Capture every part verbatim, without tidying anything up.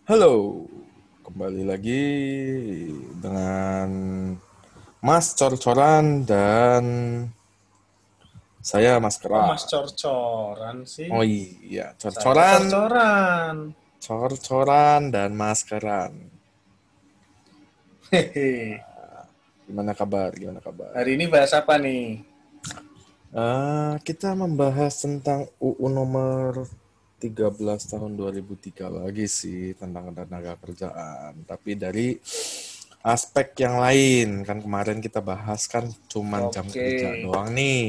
Halo, kembali lagi dengan Mas Cor-Coran dan saya Mas Kok Mas Kera. cor-coran sih? Oh iya, Saya Cor-Coran, cor-coran. Cor-Coran dan Mas Keran. Hehe. Gimana kabar? Gimana kabar? Hari ini bahas apa nih? Eh, kita membahas tentang U U nomor tiga belas tahun dua ribu tiga lagi sih tentang tenaga kerjaan. Tapi dari aspek yang lain kan kemarin kita bahas kan cuman jam Oke, kerja doang nih.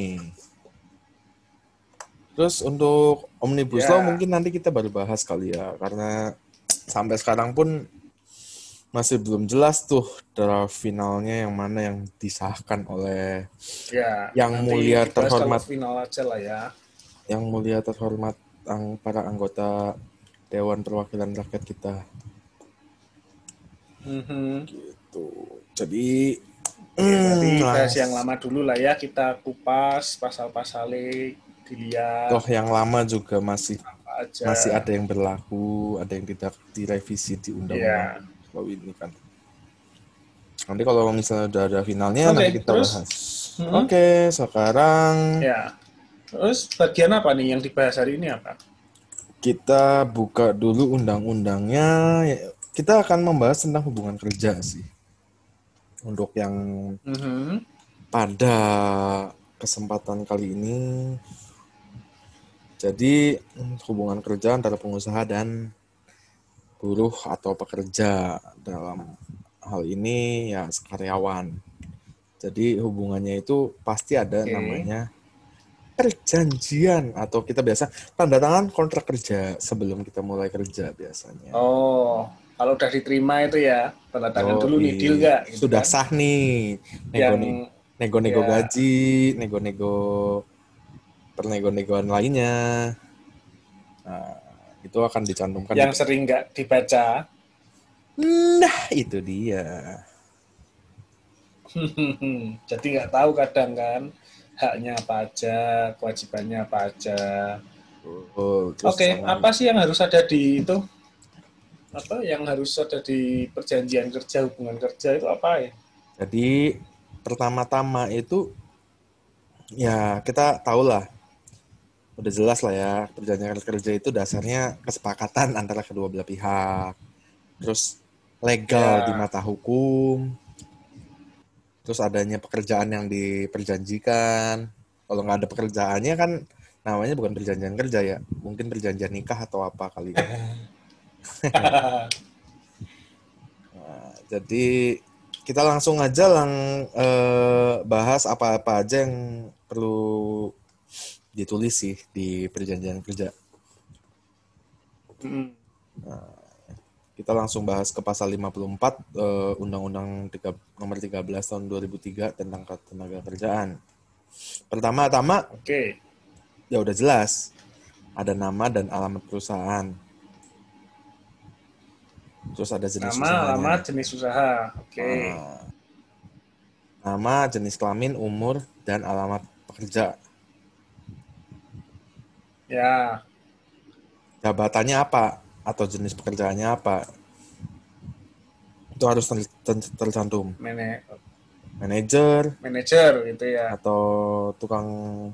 Terus untuk Omnibus Law ya. mungkin nanti kita baru bahas kali ya karena sampai sekarang pun masih belum jelas tuh draft finalnya yang mana yang disahkan oleh Ya, yang nanti mulia dibahas kalau terhormat final aja lah ya. yang mulia terhormat ang- para anggota Dewan Perwakilan Rakyat kita Mhm. tuh. Jadi Oke, berarti hmm, bahas yang langs lama dulu lah ya. Kita kupas pasal-pasalnya, dilihat toh yang lama juga masih apa masih aja. ada yang berlaku, ada yang tidak direvisi di Undang-Undang Ya. Omnibus Law ini kan. Nanti kalau misalnya udah ada finalnya nanti Oke, kita terus? bahas. Mhm. Oke, sekarang Ya. Terus bagian apa nih yang dibahas hari ini apa? kita buka dulu undang-undangnya. Kita akan membahas tentang hubungan kerja sih. Untuk yang Mhm. pada kesempatan kali ini, jadi hubungan kerja antara pengusaha dan buruh atau pekerja dalam hal ini ya karyawan. Jadi hubungannya itu pasti ada Oke. namanya perjanjian atau kita biasa tanda tangan kontrak kerja sebelum kita mulai kerja biasanya. Oh, kalau udah diterima itu ya, tanda tangan Oh, dulu nih, deal gak gitu sudah kan. sah nih nego Yang nego-nego ya gaji, nego-nego pernego-negoan lainnya. Nah, itu akan dicantumkan di yang kontrak. sering nggak dibaca. Nah, itu dia. Jadi nggak tahu kadang kan haknya apa aja, kewajibannya apa aja. Oh, terus Oke, sama apa sih yang harus ada di itu? Apa yang harus ada di perjanjian kerja, hubungan kerja itu apa ya? jadi pertama-tama itu ya kita tahu lah, udah jelas lah ya, perjanjian kerja itu dasarnya kesepakatan antara kedua belah pihak. Terus legal di Ya, mata hukum, terus adanya pekerjaan yang diperjanjikan. Kalau nggak ada pekerjaannya kan namanya bukan perjanjian kerja ya, mungkin perjanjian nikah atau apa kali kan. Jadi kita langsung aja lang eh, bahas apa-apa aja yang perlu ditulis sih di perjanjian kerja. mm, Kita langsung bahas ke pasal lima puluh empat eh, Undang-Undang tiga, nomor tiga belas tahun dua ribu tiga tentang ketenaga kerjaan. Pertama-tama oke. ya udah jelas ada nama dan alamat perusahaan. Terus ada jenis Nama, alamat, usahanya. jenis usaha. Oke. Ah, nama, jenis kelamin, umur, dan alamat pekerja. Ya, Jabatannya apa atau jenis pekerjaannya apa itu harus ter- ter- tercantum. mana Manajer manajer gitu ya. atau tukang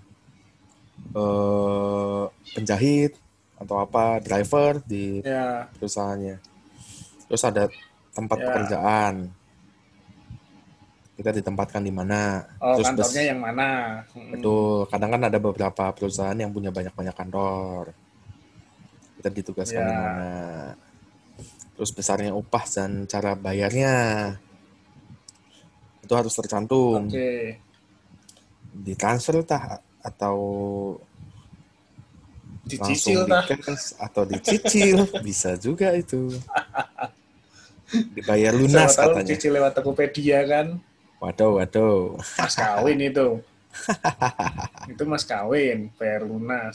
eh, penjahit atau apa driver di Ya, perusahaannya. Terus ada tempat ya. pekerjaan, kita ditempatkan di mana. Oh, Terus bes kantornya yang mana? Hmm. betul, kadang kan ada beberapa perusahaan yang punya banyak-banyak kantor, kita ditugaskan di Ya, mana. Terus besarnya upah dan cara bayarnya itu harus tercantum, oke. ditransfer tah atau langsung Dicicil di tah. cash atau dicicil bisa juga itu, dibayar Siapa lunas tahu katanya. cicil lewat Tokopedia kan. Waduh, waduh. Mas kawin itu. Itu mas kawin, bayar lunas.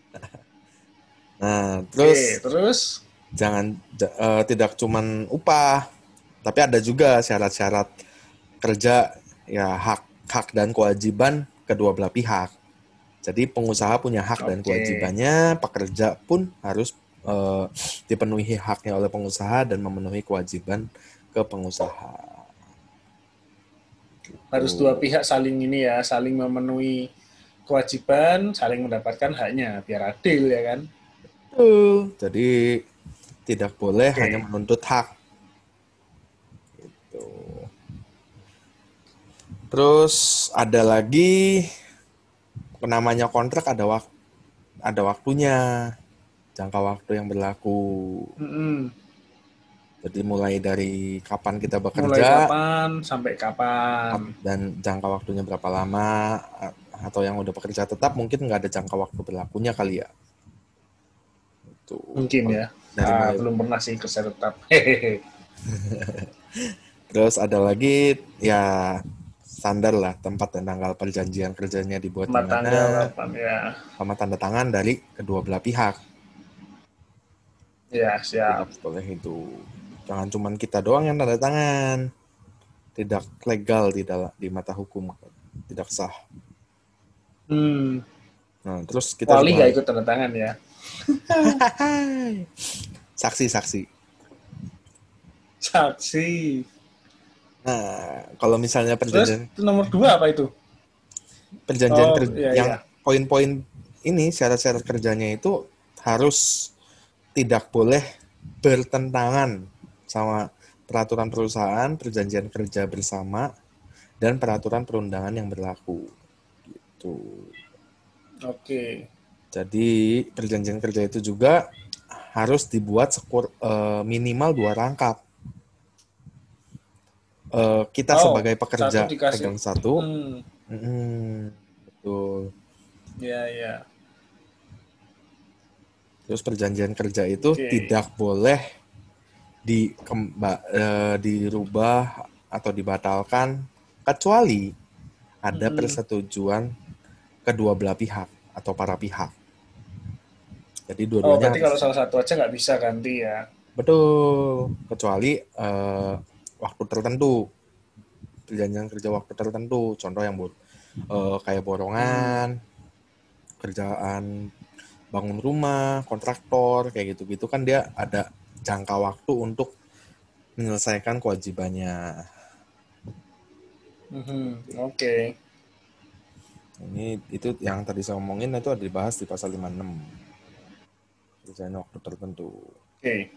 Nah, Oke, terus terus? jangan ja- eh, tidak cuman upah, tapi ada juga syarat-syarat kerja ya, hak hak dan kewajiban kedua belah pihak. Jadi pengusaha punya hak dan Oke. kewajibannya, pekerja pun harus eh, dipenuhi haknya oleh pengusaha dan memenuhi kewajiban ke pengusaha. Harus dua Gitu. pihak saling ini ya, saling memenuhi kewajiban, saling mendapatkan haknya, biar adil ya kan. Betul. Jadi tidak boleh hanya Oke. menuntut hak. Tuh. Terus ada lagi namanya kontrak ada wak ada waktunya, jangka waktu yang berlaku. Mm-mm. Jadi mulai dari kapan kita Mulai bekerja kapan sampai kapan? dan jangka waktunya berapa lama, atau yang udah bekerja tetap mungkin nggak ada jangka waktu berlakunya kali ya. Tuh. Mungkin ya. Dari Ah, mulai belum pernah sih kerja tetap. Hehehe. terus ada lagi ya standar lah tempat dan tanggal perjanjian kerjanya dibuat di Tempat tanggal mana kapan ya? sama tanda tangan dari kedua belah pihak. Ya, Tidak siap. boleh itu. Jangan cuman kita doang yang tanda tangan. Tidak legal di dalam di mata hukum, tidak sah. Hmm. Nah, terus kita Wali juga nggak harus ikut tanda tangan ya? saksi-saksi. Saksi. Nah, kalau misalnya Terus perjanjian nomor dua apa itu? perjanjian Oh, kerja iya, yang iya. poin-poin ini syarat-syarat kerjanya itu harus tidak boleh bertentangan sama peraturan perusahaan, perjanjian kerja bersama, dan peraturan perundangan yang berlaku. Gitu. Oke. Jadi perjanjian kerja itu juga harus dibuat sekur, eh, minimal dua rangkap. Eh, kita Oh, sebagai satu pekerja dikasih. pegang satu, Hmm. mm, betul. Ya, ya. Terus perjanjian kerja itu Oke. tidak boleh di, kemba, eh, dirubah atau dibatalkan kecuali ada Mm-mm. persetujuan kedua belah pihak atau para pihak. Jadi Oh, dua-duanya berarti harus kalau salah satu aja nggak bisa ganti ya? betul, kecuali eh, waktu tertentu, perjanjian kerja waktu tertentu. Contoh yang bu- eh, kayak Hmm. borongan, kerjaan bangun rumah, kontraktor, kayak gitu-gitu kan dia ada jangka waktu untuk menyelesaikan kewajibannya. Mhm. Oke. Ini itu yang tadi saya omongin itu ada dibahas di pasal lima puluh enam. Kerjaan waktu tertentu. Oke.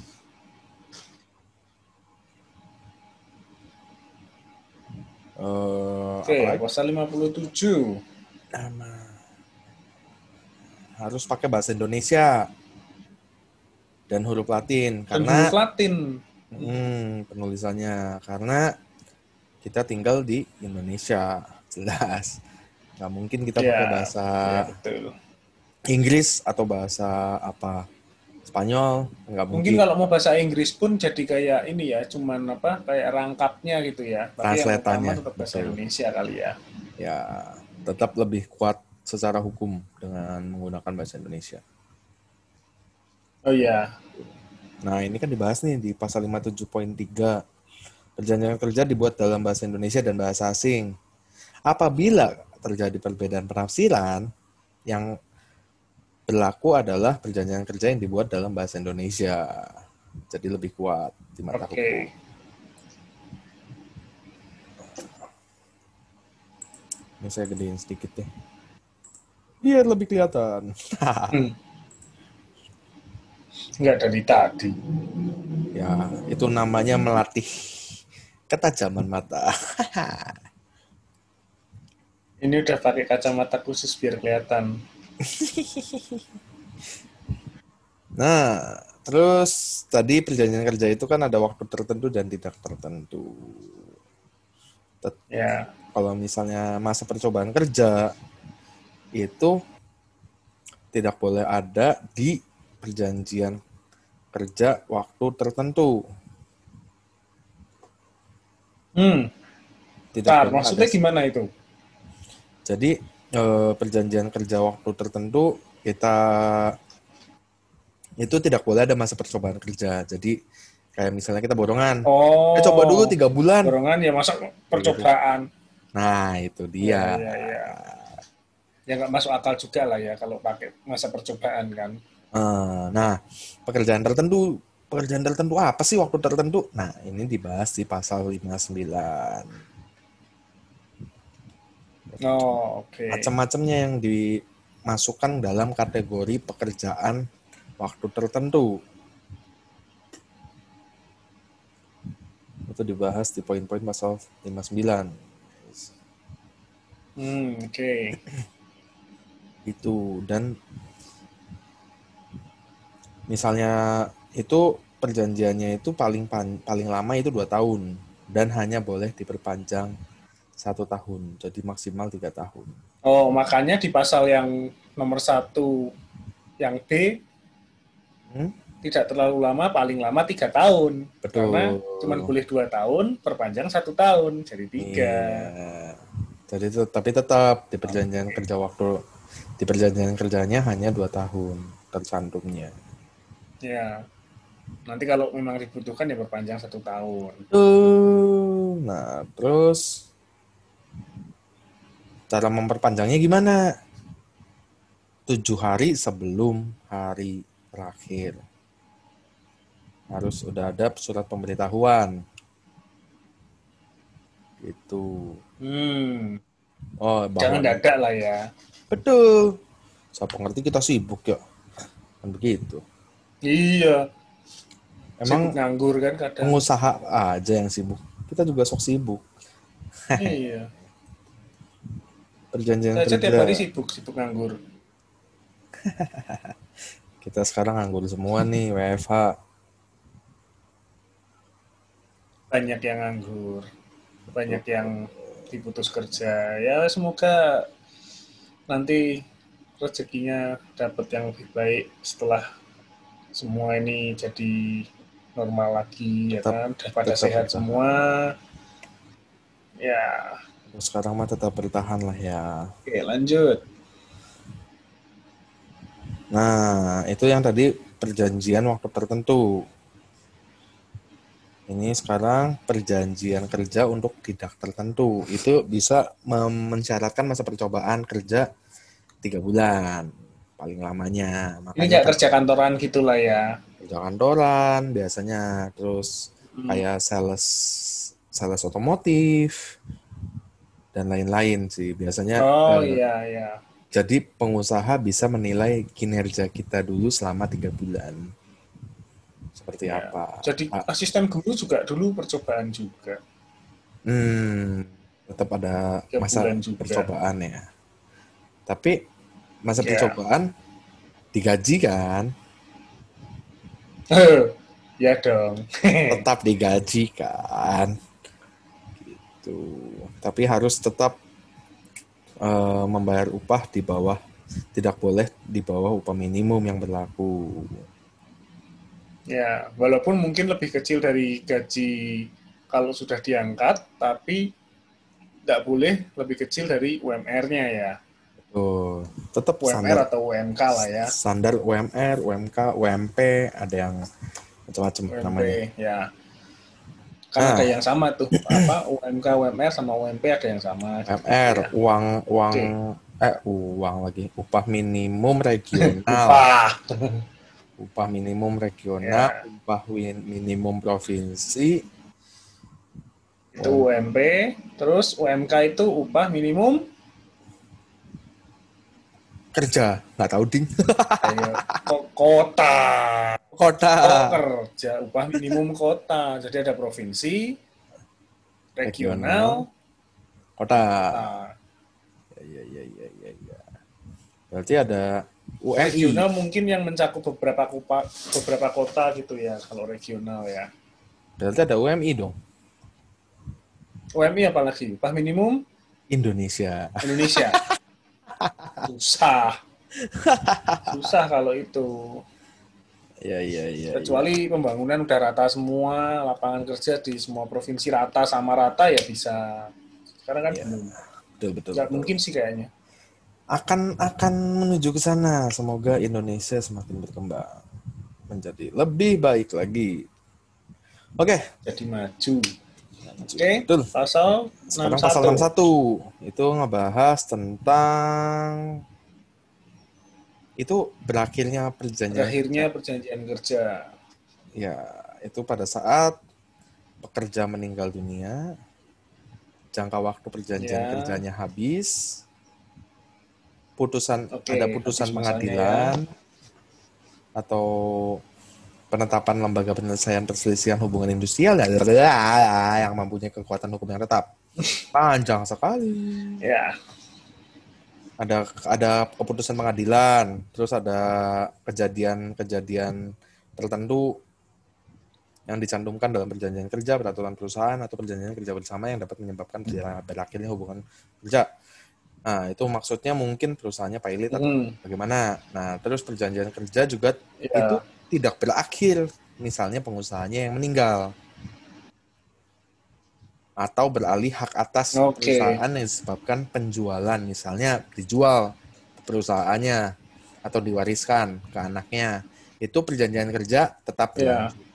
Eh, Oke, apalagi pasal lima puluh tujuh. nama harus pakai bahasa Indonesia dan huruf Latin Dan huruf karena Latin. hmm, penulisannya karena kita tinggal di Indonesia jelas nggak mungkin kita pakai Ya, bahasa ya betul. Inggris atau bahasa apa Spanyol nggak Mungkin mungkin kalau mau bahasa Inggris pun jadi kayak ini ya, cuman apa, kayak rangkapnya gitu ya. Tapi yang utama translatannya tetap bahasa betul Indonesia kali ya. ya tetap lebih kuat secara hukum dengan menggunakan bahasa Indonesia. Oh iya. Nah ini kan dibahas nih di pasal lima puluh tujuh poin tiga. Perjanjian kerja dibuat dalam bahasa Indonesia dan bahasa asing. Apabila terjadi perbedaan penafsiran, yang berlaku adalah perjanjian kerja yang dibuat dalam bahasa Indonesia. Jadi lebih kuat di mata hukum. Oke. Ini saya gedein sedikit deh. Biar lebih kelihatan. Hmm. Nggak dari tadi. Ya, itu namanya melatih ketajaman mata. Ini udah pakai kacamata khusus biar kelihatan. Nah, terus tadi perjanjian kerja itu kan ada waktu tertentu dan tidak tertentu. Tet- Ya. Kalau misalnya masa percobaan kerja itu tidak boleh ada di perjanjian kerja waktu tertentu. Hmm. Tidak Tar, boleh ada. maksudnya gimana itu? Jadi eh, perjanjian kerja waktu tertentu kita itu tidak boleh ada masa percobaan kerja. Jadi kayak misalnya kita borongan, eh coba dulu Oh, tiga bulan, dorongan ya masa kayak gitu. percobaan. Nah itu Ya, dia. ya, ya. Ya nggak masuk akal juga lah ya kalau pakai masa percobaan kan. Eh, Nah, pekerjaan tertentu, pekerjaan tertentu apa sih waktu tertentu? Nah, ini dibahas di pasal lima puluh sembilan. Oh, oke. Macam-macamnya yang dimasukkan dalam kategori pekerjaan waktu tertentu. Itu dibahas di poin-poin pasal lima puluh sembilan. Hmm, oke. Itu, dan misalnya itu perjanjiannya itu paling pan, paling lama itu dua tahun dan hanya boleh diperpanjang satu tahun, jadi maksimal tiga tahun. Oh, makanya di pasal yang nomor satu, yang B, Hmm? tidak terlalu lama, paling lama tiga tahun. Karena Betul. cuma boleh dua tahun, perpanjang satu tahun, jadi tiga. Iya. Jadi itu, tapi tetap di perjanjian kerja waktu di perjanjian kerjanya hanya dua tahun tercantumnya. Ya, nanti kalau memang dibutuhkan ya perpanjang satu tahun. Betul. Nah, terus cara memperpanjangnya gimana? Tujuh hari sebelum hari terakhir harus udah ada surat pemberitahuan gitu. Hmm, Oh, jangan bahwa dadak lah ya. betul. Siapa ngerti kita sibuk ya, kan begitu. Iya, sibuk Emang nganggur kan kadang. pengusaha aja yang sibuk. Kita juga sok sibuk. Iya, Perjanjian saya aja tiap hari kerja. sibuk, sibuk nganggur. Kita sekarang nganggur semua nih, W F H. Banyak yang nganggur, banyak yang diputus kerja. Ya semoga nanti rezekinya dapat yang lebih baik setelah semua ini jadi normal lagi ya Tetap kan, udah pada tetap sehat semua. bertahan. Ya, Sekarang mah tetap bertahan lah ya. oke lanjut. Nah, itu yang tadi perjanjian waktu tertentu. Ini sekarang perjanjian kerja untuk tidak tertentu. Itu bisa mensyaratkan masa percobaan kerja tiga bulan paling lamanya. Ini Makanya kayak kan kerja kantoran gitulah ya. kerja kantoran biasanya, terus Hmm. kayak sales sales otomotif dan lain-lain sih. Biasanya Oh eh, iya iya. jadi pengusaha bisa menilai kinerja kita dulu selama tiga bulan. Seperti Ya. apa? Jadi Ah, asisten guru juga dulu percobaan juga. hmm, tetap ada Tiga masa bulan juga. percobaan ya. Tapi masa Ya. percobaan digaji kan? Ya dong. Tetap digaji kan? Tuh. Tapi harus tetap eh, membayar upah di bawah, tidak boleh di bawah upah minimum yang berlaku. Ya, walaupun mungkin lebih kecil dari gaji kalau sudah diangkat, tapi nggak boleh lebih kecil dari U M R-nya ya. Tuh, tetap U M R standar atau U M K lah ya. standar U M R, U M K, U M P, ada yang macam-macam U M P namanya. ya. Kan ada Nah, yang sama tuh. Apa U M K, U M R sama U M P ada yang sama gitu-gitu U M R, ya. uang uang Oke. eh uang lagi, upah minimum regional, Upah. upah minimum regional, Ya, upah minimum provinsi, itu U M P U M P, terus U M K itu upah minimum kerja, nggak tahu ding. ayo kota. Kok Kota, kerja upah minimum kota. Jadi ada provinsi, regional, regional, kota. dan kota. Ya, ya, ya, ya, ya. Berarti ada U M I. Regional mungkin yang mencakup beberapa kupa, beberapa kota gitu ya kalau regional ya. Berarti ada U M I dong. U M I apalagi upah minimum Indonesia. Indonesia. Susah, susah kalau itu. Ya, ya, ya, ya. Kecuali pembangunan udah rata semua, lapangan kerja di semua provinsi rata sama rata ya bisa. Sekarang kan Ya, belum. betul, betul, Nggak betul. mungkin sih kayaknya. Akan akan menuju ke sana. Semoga Indonesia semakin berkembang menjadi lebih baik lagi. Oke, Jadi maju. lanjut. Oke, Betul. pasal Sekarang pasal enam puluh satu. enam puluh satu itu ngebahas tentang Itu berakhirnya perjanjian Berakhirnya kerja. perjanjian kerja. Ya, itu pada saat pekerja meninggal dunia, jangka waktu perjanjian Ya, kerjanya habis, putusan oke, ada habis putusan masanya ya. pengadilan atau penetapan lembaga penyelesaian perselisihan hubungan industrial ya, yang mempunyai kekuatan hukum yang tetap. Panjang sekali. Ya, Ada ada keputusan pengadilan, terus ada kejadian-kejadian tertentu yang dicantumkan dalam perjanjian kerja, peraturan perusahaan, atau perjanjian kerja bersama yang dapat menyebabkan berakhirnya hubungan kerja. Nah, itu maksudnya mungkin perusahaannya pilot atau hmm, bagaimana. Nah, terus perjanjian kerja juga itu ya, tidak berakhir. Misalnya pengusahanya yang meninggal. Atau beralih hak atas oke. perusahaan yang disebabkan penjualan. Misalnya dijual perusahaannya atau diwariskan ke anaknya. Itu perjanjian kerja tetap Ya. berlanjut.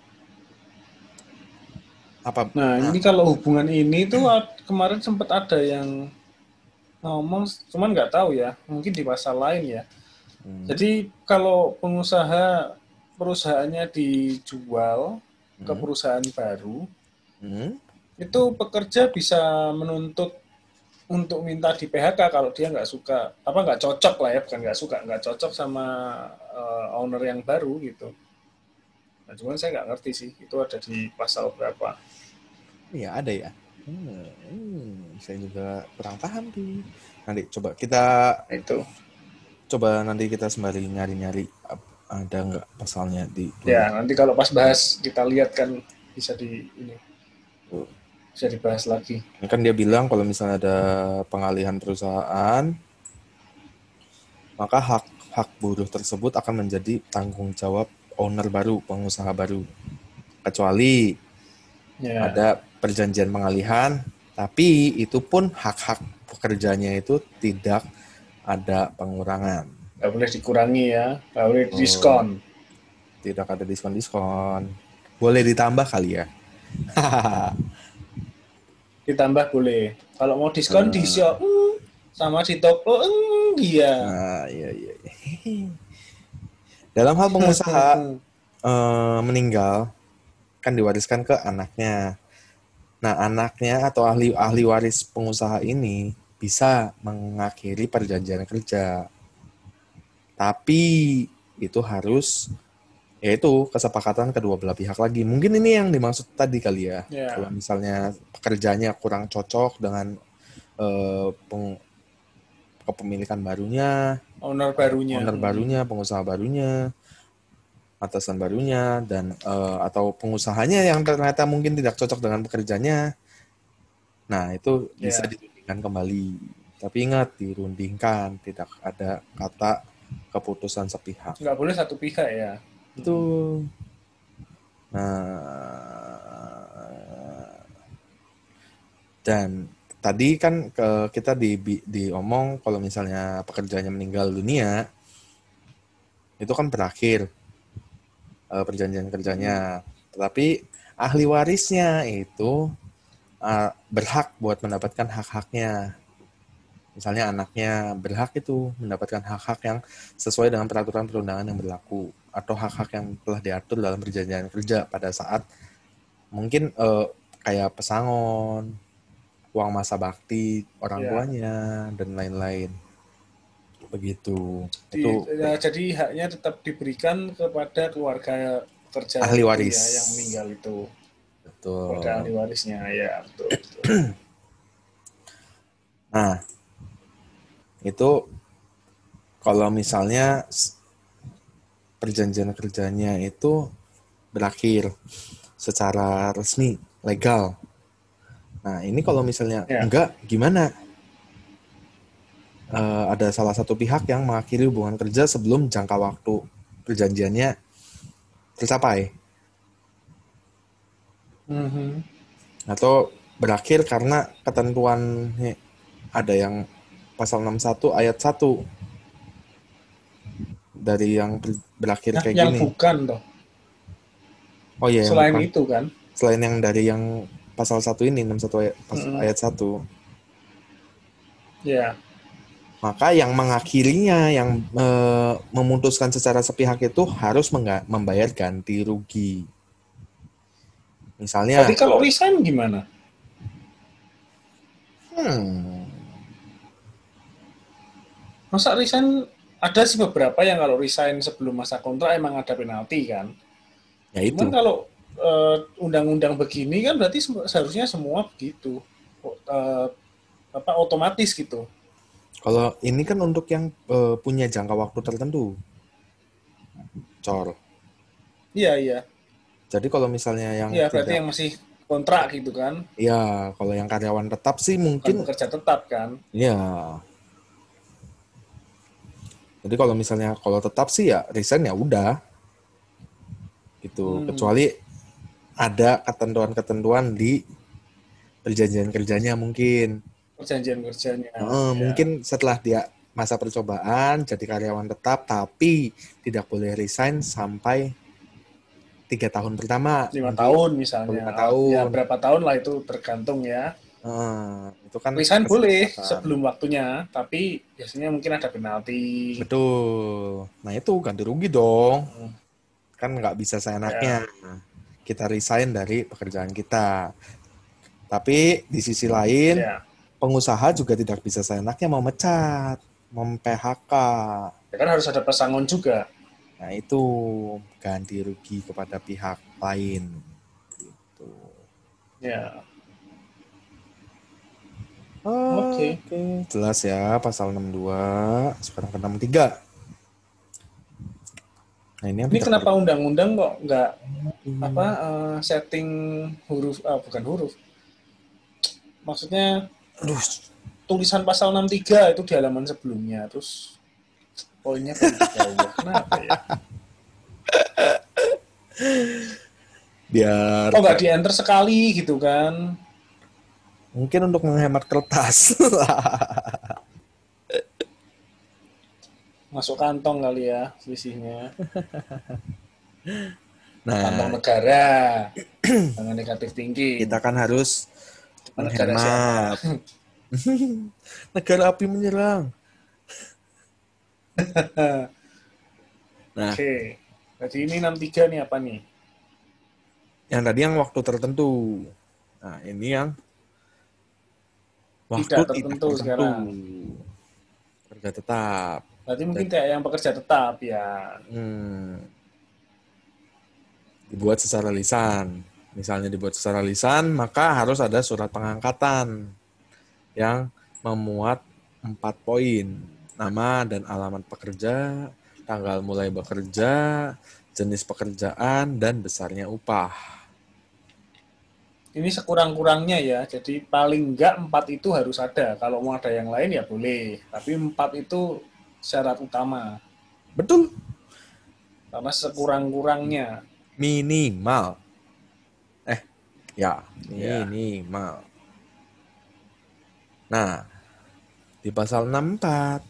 Apa? Nah, Nah, ini kalau hubungan ini tuh kemarin sempat ada yang ngomong, cuman nggak tahu ya, mungkin di pasal lain ya. hmm, Jadi kalau pengusaha perusahaannya dijual ke hmm, perusahaan baru, hmm. itu pekerja bisa menuntut untuk minta di P H K kalau dia nggak suka, apa nggak cocok lah ya, bukan nggak suka, nggak cocok sama uh, owner yang baru gitu. Nah, cuman saya nggak ngerti sih, itu ada di pasal berapa. Iya ada ya. Hmm, hmm, saya juga kurang paham tuh. Nanti coba kita Nah, itu. coba nanti kita sembari nyari-nyari ada nggak pasalnya di Ya, tulis. nanti kalau pas bahas kita lihat kan bisa di ini bisa dibahas lagi. Kan dia bilang kalau misalnya ada pengalihan perusahaan, maka hak hak buruh tersebut akan menjadi tanggung jawab owner baru, pengusaha baru. Kecuali Ya, ada perjanjian pengalihan, tapi itu pun hak-hak pekerjanya itu tidak ada pengurangan. nggak boleh dikurangi ya, nggak boleh Oh, diskon. tidak ada diskon-diskon. Boleh ditambah kali ya. Ditambah boleh. Kalau mau diskon di Nah, shop, mm, sama di toko, mm, iya. nah, iya, iya. Dalam hal pengusaha eh, meninggal, kan diwariskan ke anaknya. Nah, anaknya atau ahli ahli waris pengusaha ini bisa mengakhiri perjanjian kerja. Tapi itu harus yaitu kesepakatan kedua belah pihak lagi. Mungkin ini yang dimaksud tadi kali ya. Kalau Ya, misalnya pekerjaannya kurang cocok dengan eh, peng, kepemilikan barunya, owner barunya. owner Mm. barunya, pengusaha barunya, atasan barunya, dan uh, atau pengusahanya yang ternyata mungkin tidak cocok dengan pekerjanya. Nah, itu bisa Ya, dirundingkan kembali. Tapi ingat, dirundingkan, tidak ada kata keputusan sepihak. nggak boleh satu pihak ya. Itu. Mm. Nah, dan tadi kan ke, kita di, diomong kalau misalnya pekerjaannya meninggal dunia, itu kan berakhir uh, perjanjian Mm. kerjanya. Tetapi ahli warisnya itu uh, berhak buat mendapatkan hak-haknya. Misalnya anaknya berhak itu mendapatkan hak-hak yang sesuai dengan peraturan perundangan yang berlaku atau hak-hak yang telah diatur dalam perjanjian kerja pada saat mungkin uh, kayak pesangon, uang masa bakti orang Ya, tuanya dan lain-lain. Begitu. di, Itu ya, jadi haknya tetap diberikan kepada keluarga pekerja ahli itu waris. ya, yang meninggal itu. Kepada Betul. ahli warisnya, ya betul, betul. Nah, itu kalau misalnya perjanjian kerjanya itu berakhir secara resmi, legal. Nah, ini kalau misalnya Ya, enggak, gimana? Uh, ada salah satu pihak yang mengakhiri hubungan kerja sebelum jangka waktu perjanjiannya tercapai. mm-hmm. Atau berakhir karena ketentuan ada yang pasal enam puluh satu ayat satu dari yang berakhir Nah, kayak yang gini. bukan toh. Oh iya, yang Selain bukan. itu kan, Selain yang dari yang pasal satu ini, enam puluh satu ayat, mm-hmm. ayat satu. Ya, Maka yang mengakhirinya, yang eh, memutuskan secara sepihak itu harus mengga- membayar ganti rugi. Berarti Misalnya, kalau resign gimana? hmm, Masa resign, ada sih beberapa yang kalau resign sebelum masa kontrak emang ada penalti kan. ya Cuman itu. kalau eh, undang-undang begini kan berarti seharusnya semua begitu. Eh, apa otomatis gitu. Kalau ini kan untuk yang eh, punya jangka waktu tertentu, Cor. Iya, iya. Jadi kalau misalnya yang Iya, berarti tidak, yang masih kontrak gitu kan. ya kalau yang karyawan tetap sih Bukan mungkin, pekerja tetap kan. ya. Jadi kalau misalnya kalau tetap sih ya resign ya udah gitu. Hmm, Kecuali ada ketentuan-ketentuan di perjanjian kerjanya mungkin. perjanjian kerjanya. Heeh, Ya. mungkin setelah dia masa percobaan jadi karyawan tetap, tapi tidak boleh resign sampai tiga tahun pertama Lima mungkin, tahun atau misalnya. lima Ya, tahun. berapa tahun lah itu tergantung ya. Heeh, itu kan Resign boleh kesepakatan. sebelum waktunya, tapi biasanya mungkin ada penalti. Betul. Nah itu ganti rugi dong. Hmm, Kan nggak bisa seenaknya ya, kita resign dari pekerjaan kita. Tapi di sisi lain, ya. pengusaha juga tidak bisa seenaknya memecat, mem-P H K. Ya kan harus ada pesangon juga. Nah itu ganti rugi kepada pihak lain. Gitu. Ya, oke. Oke, jelas ya pasal enam puluh dua, sekarang ke enam puluh tiga. Nah ini yang Ini tidak ber... kenapa undang-undang kok nggak apa eh, setting huruf, ah, bukan huruf. Maksudnya Aduh, tulisan pasal enam puluh tiga itu di halaman sebelumnya, terus poinnya poin di bawah. Kenapa ya? biar Oh, nggak di enter sekali gitu kan? mungkin untuk menghemat kertas. Masuk kantong kali ya selisihnya. Kantong Nah, negara. Jangan negatif thinking. kita kan harus Negara siapa? menghemat. Negara api menyerang. Nah, Oke. Jadi ini enam puluh tiga nih apa nih? yang tadi yang waktu tertentu. Nah, ini yang waktu Tidak tidak tertentu tertentu. sekarang. Kerja tetap. Berarti mungkin Jadi, kayak yang pekerja tetap ya. hmm, dibuat secara lisan. Misalnya dibuat secara lisan, maka harus ada surat pengangkatan yang memuat empat poin. Nama dan alamat pekerja, tanggal mulai bekerja, jenis pekerjaan, dan besarnya upah. Ini sekurang-kurangnya ya. Jadi paling enggak empat itu harus ada. Kalau mau ada yang lain ya boleh. Tapi empat itu syarat utama. Betul, Karena sekurang-kurangnya. minimal. Eh, ya, Ya. minimal. Nah, di pasal enam puluh empat,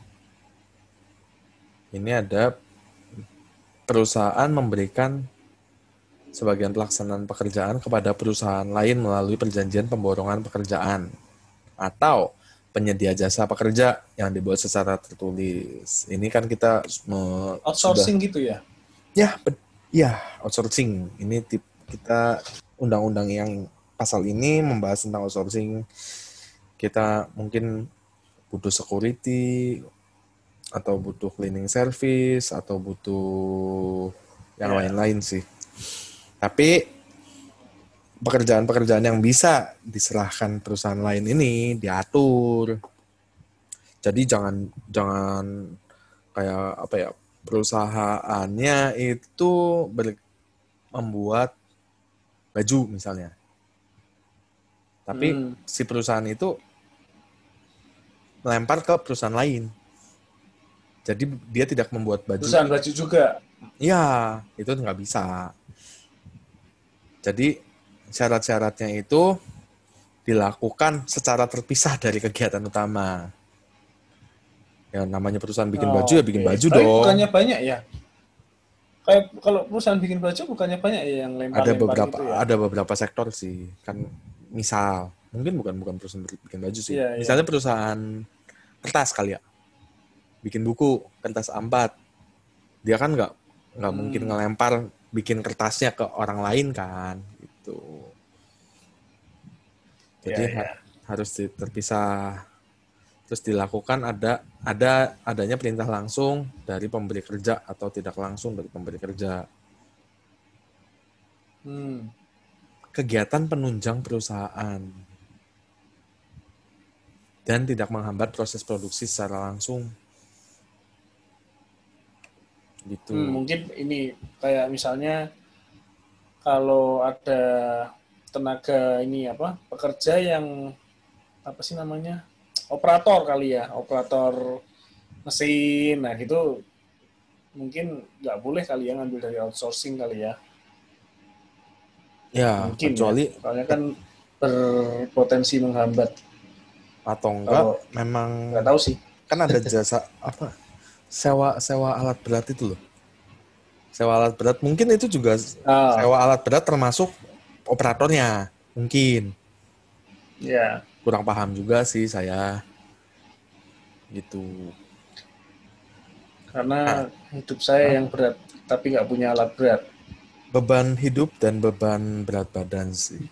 ini ada perusahaan memberikan sebagian pelaksanaan pekerjaan kepada perusahaan lain melalui perjanjian pemborongan pekerjaan atau penyedia jasa pekerja yang dibuat secara tertulis. Ini kan kita me, sudah Outsourcing gitu ya. ya be, ya outsourcing. Ini tip, kita undang-undang yang pasal ini membahas tentang outsourcing. Kita mungkin butuh security atau butuh cleaning service atau butuh yang Ya. lain-lain sih. Tapi pekerjaan-pekerjaan yang bisa diserahkan perusahaan lain ini diatur. Jadi jangan jangan kayak apa ya, perusahaannya itu ber, membuat baju misalnya. Tapi Hmm. si perusahaan itu melempar ke perusahaan lain. Jadi dia tidak membuat baju. Perusahaan baju juga. Ya, itu nggak bisa. Jadi syarat-syaratnya itu dilakukan secara terpisah dari kegiatan utama. Ya namanya perusahaan bikin baju ya bikin Oke. baju Tapi dong. bukannya banyak ya? Kayak kalau perusahaan bikin baju bukannya banyak ya yang Ada lempar-lempar beberapa gitu ya? ada beberapa sektor sih. Kan misal, mungkin bukan bukan perusahaan bikin baju sih. Iya, iya. Misalnya perusahaan kertas kali ya. bikin buku kertas A empat, dia kan nggak nggak mungkin Hmm. ngelempar bikin kertasnya ke orang lain kan, gitu. Jadi Ya, ha- ya. harus di- terpisah. Terus dilakukan ada ada adanya perintah langsung dari pemberi kerja atau tidak langsung dari pemberi kerja. Hmm. Kegiatan penunjang perusahaan dan tidak menghambat proses produksi secara langsung. Hmm, Gitu. mungkin ini kayak misalnya kalau ada tenaga ini apa pekerja yang apa sih namanya operator kali ya operator mesin, nah gitu mungkin nggak boleh kali ya ngambil dari outsourcing kali ya, Ya, mungkin ya kecuali soalnya kan berpotensi menghambat atau enggak kalau nggak memang tahu sih. kan ada jasa apa sewa sewa alat berat itu loh. Sewa alat berat mungkin itu juga Ah, sewa alat berat termasuk operatornya. Mungkin. ya, Kurang paham juga sih saya gitu. Nah, karena hidup saya Hah? yang berat tapi nggak punya alat berat. Beban hidup dan beban berat badan sih.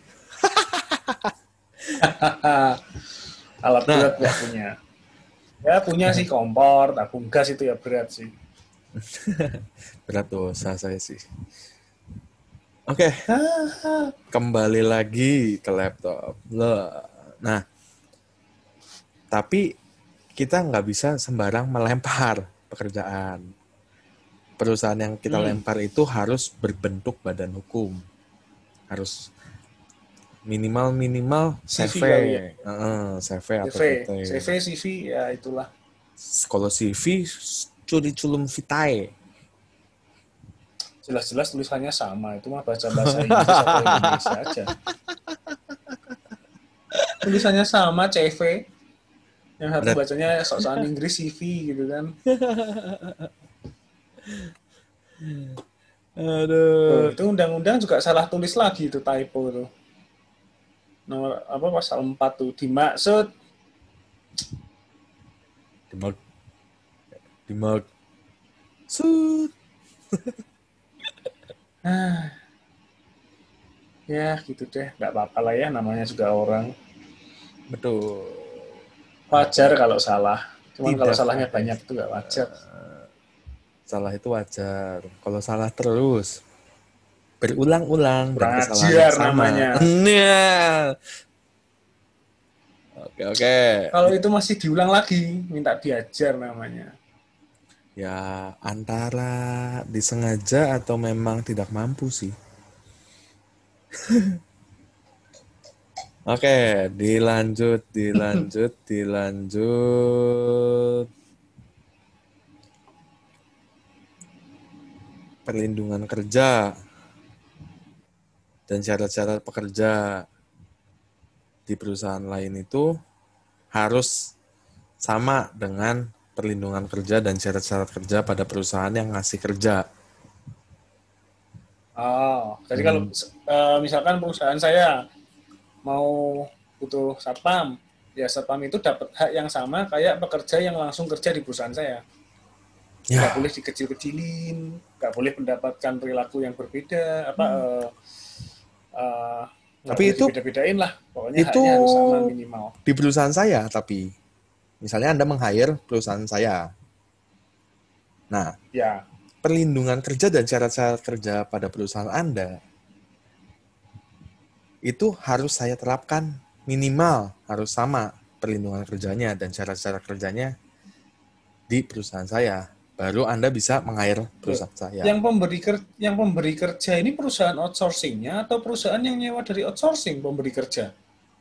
Alat Nah, berat nggak punya. Ya punya sih kompor, tabung gas itu ya berat sih. berat dosa saya sih. Oke, kembali lagi ke laptop. Loh. Nah, tapi kita nggak bisa sembarang melempar pekerjaan. Perusahaan yang kita Hmm, lempar itu harus berbentuk badan hukum. Harus minimal minimal C V C V, kali ya. uh, C V C atau V, P T. C V, C V ya itulah. Kalau C V curi culum vitae. Jelas-jelas tulisannya sama. Itu mah baca bahasa Inggris atau Indonesia aja. Tulisannya sama C V. Yang satu Berat. bacanya sok-sokan Inggris C V gitu kan. Tuh, Aduh. itu undang-undang juga salah tulis lagi itu typo tuh. Nomor apa pasal empat tuh dimaksud. Dimag. Dimag. Sud. Ah, ya gitu deh. Nggak apa-apa lah ya namanya juga orang. Betul. Wajar Ada. kalau salah. Cuman kalau Tidak salahnya ada. banyak itu nggak wajar. Salah itu wajar. Kalau salah terus, berulang-ulang dan Kurang kesalahan yang ajar sama. namanya. Nah. Oke, oke. Kalau itu masih diulang lagi, minta diajar namanya. Ya, antara disengaja atau memang tidak mampu sih. Oke, dilanjut, dilanjut, dilanjut. Perlindungan kerja dan syarat-syarat pekerja di perusahaan lain itu harus sama dengan perlindungan kerja dan syarat-syarat kerja pada perusahaan yang ngasih kerja. Oh, jadi kalau Hmm. uh, misalkan perusahaan saya mau butuh satpam, ya satpam itu dapat hak yang sama kayak pekerja yang langsung kerja di perusahaan saya. Nggak Ya, boleh dikecil-kecilin, nggak boleh mendapatkan perilaku yang berbeda, apa uh, uh, nggak tapi boleh itu dibeda-bedain lah. Pokoknya itu haknya harus sama minimal. di perusahaan saya, tapi misalnya Anda meng-hire perusahaan saya. Nah, Ya, perlindungan kerja dan syarat-syarat kerja pada perusahaan Anda itu harus saya terapkan minimal harus sama perlindungan kerjanya dan syarat-syarat kerjanya di perusahaan saya. Baru Anda bisa meng-hire loh. perusahaan saya. Yang pemberi kerja, yang pemberi kerja ini perusahaan outsourcingnya atau perusahaan yang nyewa dari outsourcing pemberi kerja?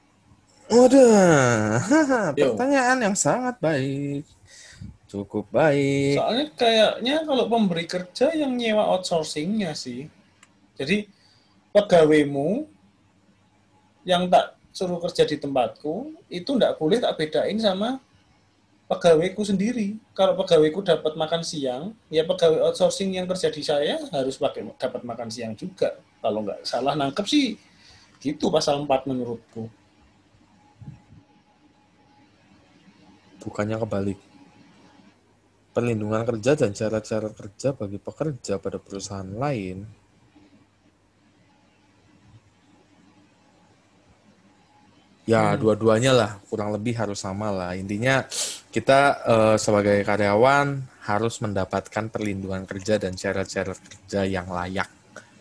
Waduh, Yo, pertanyaan yang sangat baik. Cukup baik. soalnya kayaknya kalau pemberi kerja yang nyewa outsourcingnya sih. Jadi pegawaimu yang tak suruh kerja di tempatku itu nggak boleh tak bedain sama pegawaiku sendiri. Kalau pegawaiku dapat makan siang, ya pegawai outsourcing yang kerja di saya harus pakai dapat makan siang juga. Kalau nggak salah nangkep sih gitu pasal empat menurutku. Bukannya kebalik. perlindungan kerja dan cara-cara kerja bagi pekerja pada perusahaan lain. Ya, Hmm. dua-duanya lah, kurang lebih harus sama lah. Intinya kita eh, sebagai karyawan harus mendapatkan perlindungan kerja dan cara-cara kerja yang layak.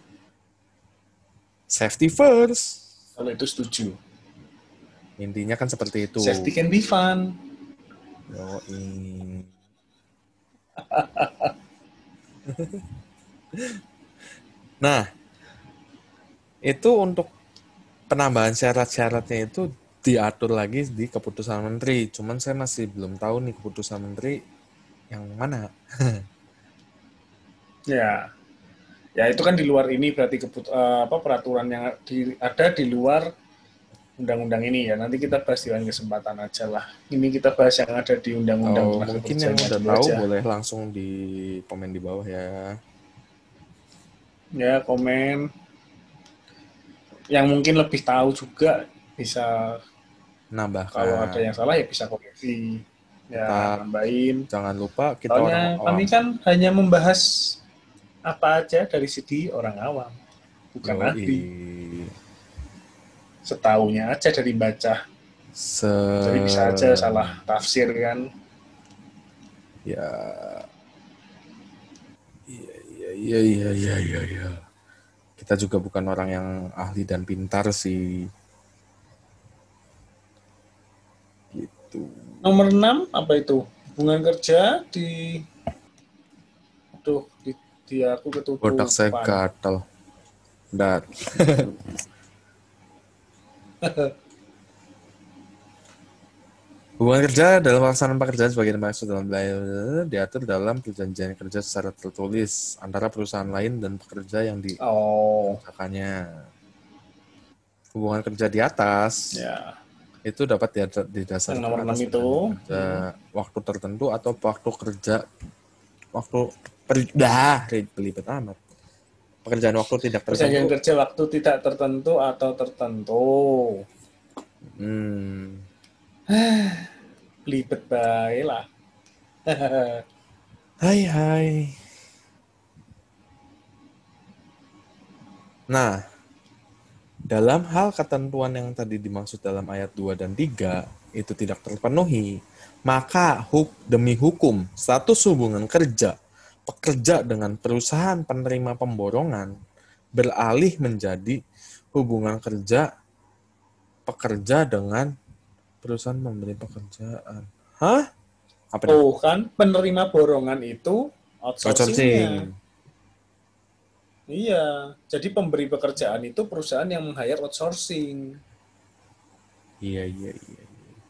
Safety first. Kalau itu setuju. Intinya kan seperti itu. Safety can be fun. Yoi. Nah, itu untuk penambahan syarat-syaratnya itu diatur lagi di keputusan menteri. Cuman saya masih belum tahu nih keputusan menteri yang mana. Ya, ya itu kan di luar ini berarti keput, uh, apa peraturan yang di, ada di luar undang-undang ini ya. Nanti kita bahas di lain kesempatan aja lah. Ini kita bahas yang ada di undang-undang Atau tenaga mungkin yang kerjanya udah dulu tahu aja. boleh langsung di komen di bawah ya. Ya, komen. Yang mungkin lebih tahu juga bisa, kalau ada Nambahkan. yang salah ya bisa koreksi. Ya, Tetap nambahin. jangan lupa kita orang Soalnya awam. kami kan hanya membahas apa aja dari segi orang awam, bukan Yoi. ahli. Setahunya aja dari baca. Se Jadi bisa aja salah tafsir kan. ya iya iya iya iya iya iya. iya. Kita juga bukan orang yang ahli dan pintar sih. Gitu. Nomor enam apa itu? Hubungan kerja di aduh di, di aku Botak saya ketutupan. gatal. Bentar. Hubungan kerja dalam pelaksanaan pekerjaan sebagai dimaksud dalam diatur dalam perjanjian kerja secara tertulis antara perusahaan lain dan pekerja yang Oh, dikerjakannya. Hubungan kerja di atas ya. itu dapat Yang nomor didasarkan enam atas itu. perjanjian kerja Hmm. waktu tertentu atau waktu kerja waktu per, dah belibet amat. Pekerjaan waktu tidak Perjanjian tertentu. kerja waktu tidak tertentu atau tertentu. Hmm. Belibet bae lah. Hai hai. Nah, dalam hal ketentuan yang tadi dimaksud dalam ayat dua dan tiga itu tidak terpenuhi, maka huk, demi hukum status hubungan kerja pekerja dengan perusahaan penerima pemborongan beralih menjadi hubungan kerja pekerja dengan perusahaan pemberi pekerjaan. Hah? Apa nih? Oh kan, penerima borongan itu outsourcing-nya. Outsourcing. Iya, jadi pemberi pekerjaan itu perusahaan yang meng-hire outsourcing. Iya, iya, iya.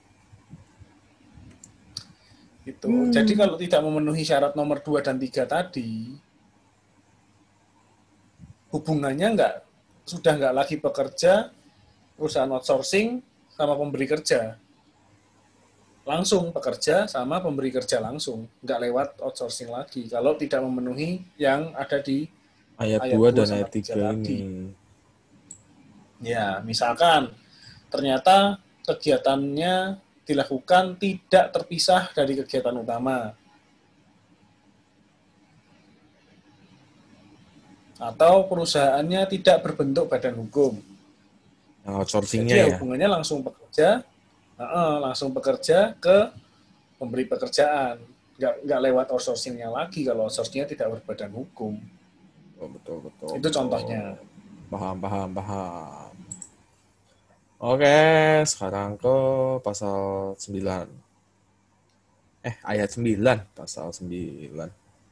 Gitu. Hmm. Jadi kalau tidak memenuhi syarat nomor dua dan tiga tadi, hubungannya nggak, sudah nggak lagi pekerja, perusahaan outsourcing sama pemberi kerja. Langsung pekerja sama pemberi kerja langsung. Nggak lewat outsourcing lagi. Kalau tidak memenuhi yang ada di Ayat, ayat dua dua dan sama ayat tiga tiga tadi. ini. Ya, misalkan ternyata kegiatannya dilakukan tidak terpisah dari kegiatan utama. Atau perusahaannya tidak berbentuk badan hukum. Yang outsourcingnya Jadi ya ya. hubungannya langsung bekerja, uh, langsung bekerja ke pemberi pekerjaan. Nggak, nggak lewat outsourcingnya lagi kalau outsourcingnya tidak berbadan hukum. Oh, betul, betul, Itu betul. contohnya. Paham, paham, paham. Oke, sekarang ke pasal sembilan. Eh, ayat sembilan, pasal sembilan.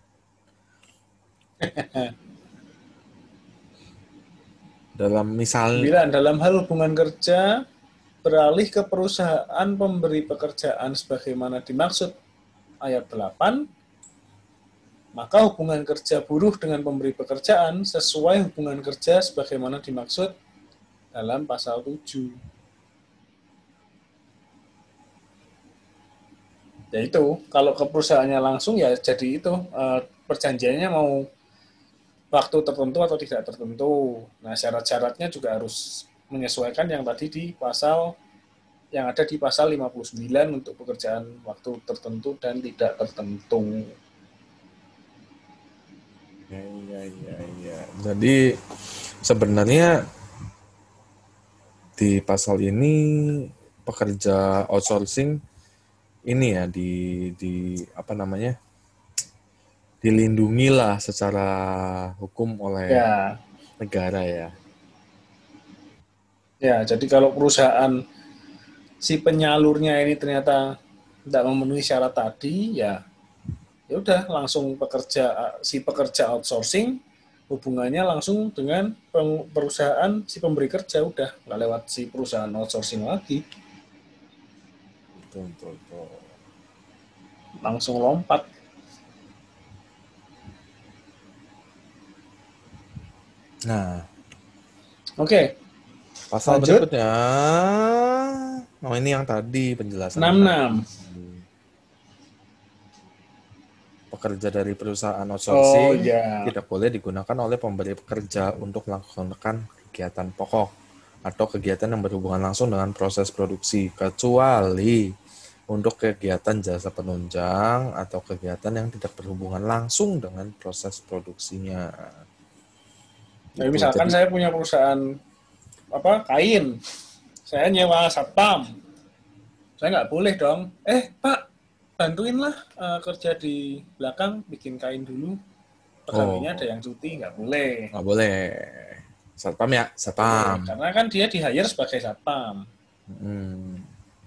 Dalam misal Sembilan, dalam hal hubungan kerja, beralih ke perusahaan pemberi pekerjaan sebagaimana dimaksud ayat delapan, maka hubungan kerja buruh dengan pemberi pekerjaan sesuai hubungan kerja sebagaimana dimaksud dalam pasal tujuh. Ya itu, kalau ke perusahaannya langsung ya jadi itu, perjanjiannya mau waktu tertentu atau tidak tertentu. Nah, syarat-syaratnya juga harus menyesuaikan yang tadi di pasal yang ada di pasal lima puluh sembilan untuk pekerjaan waktu tertentu dan tidak tertentu. Ya, ya, ya, ya. Jadi sebenarnya di pasal ini pekerja outsourcing ini ya di di apa namanya dilindungi lah secara hukum oleh Ya, negara ya. ya. Jadi kalau perusahaan si penyalurnya ini ternyata tidak memenuhi syarat tadi, ya ya udah langsung pekerja si pekerja outsourcing hubungannya langsung dengan perusahaan si pemberi kerja, udah nggak lewat si perusahaan outsourcing lagi, Betul, betul, betul. langsung lompat. Nah, Oke, pasal lanjut. berikutnya, oh ini yang tadi penjelasan yang tadi. enam puluh enam. Pekerja dari perusahaan Oh outsourcing ya. tidak boleh digunakan oleh pemberi pekerja untuk melakukan kegiatan pokok atau kegiatan yang berhubungan langsung dengan proses produksi, kecuali untuk kegiatan jasa penunjang atau kegiatan yang tidak berhubungan langsung dengan proses produksinya. Jadi Gitu. misalkan Jadi, saya punya perusahaan apa kain, saya nyewa satpam, saya nggak boleh dong. Eh Pak, bantuinlah uh, kerja di belakang bikin kain dulu. Pegawainya ada oh, yang cuti, nggak boleh. nggak boleh. Satpam ya, Nggak boleh, satpam. karena kan dia di-hire sebagai satpam. Hmm.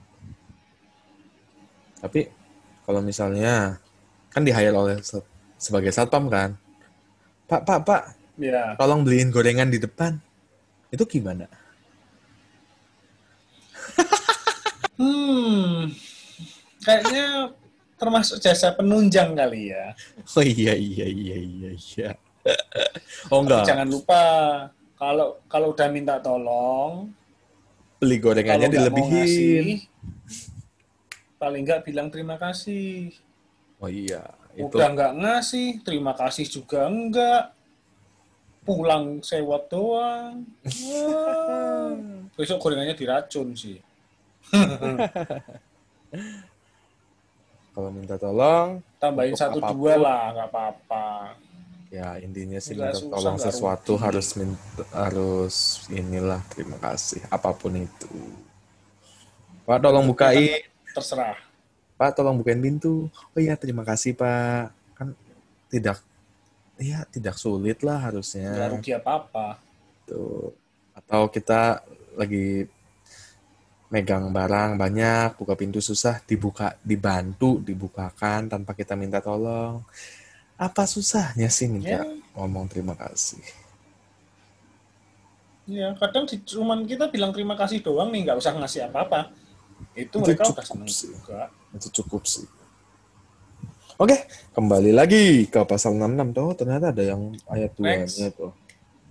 Tapi kalau misalnya kan di-hire oleh sebagai satpam kan, Pak, Pak, Pak, Ya, tolong beliin gorengan di depan. Itu gimana? hmm, kayaknya termasuk jasa penunjang kali ya. Oh iya, iya, iya, iya, iya. Oh Tapi enggak, jangan lupa, kalau kalau udah minta tolong, beli kalau gorengannya nggak mau dilebihin. ngasih, paling nggak bilang terima kasih. Oh iya, itu. Udah nggak ngasih, terima kasih juga enggak. Pulang sewot doang. Wah, besok gorengannya diracun sih. Kalau minta tolong Tambahin untuk satu dua apapun, lah, nggak apa-apa. ya intinya sih Nggak minta susah, tolong nggak sesuatu rugi. harus minta, harus inilah terima kasih apapun itu. Pak tolong Bentuknya kan bukain, terserah. Pak tolong bukain pintu. Oh iya terima kasih Pak. Kan tidak, ya tidak sulit lah Nggak harusnya. rugi apa-apa. Tuh. Atau kita lagi megang barang banyak, buka pintu susah, dibuka, dibantu, dibukakan tanpa kita minta tolong. Apa susahnya sih minta Ya, ngomong terima kasih? ya kadang di, cuman kita bilang terima kasih doang nih, nggak usah ngasih apa-apa. Itu Itu mereka udah cukup seneng sih. juga. Itu cukup sih. Oke, kembali lagi ke pasal enam puluh enam tuh. Ternyata ada yang ayat dua-nya Next. tuh.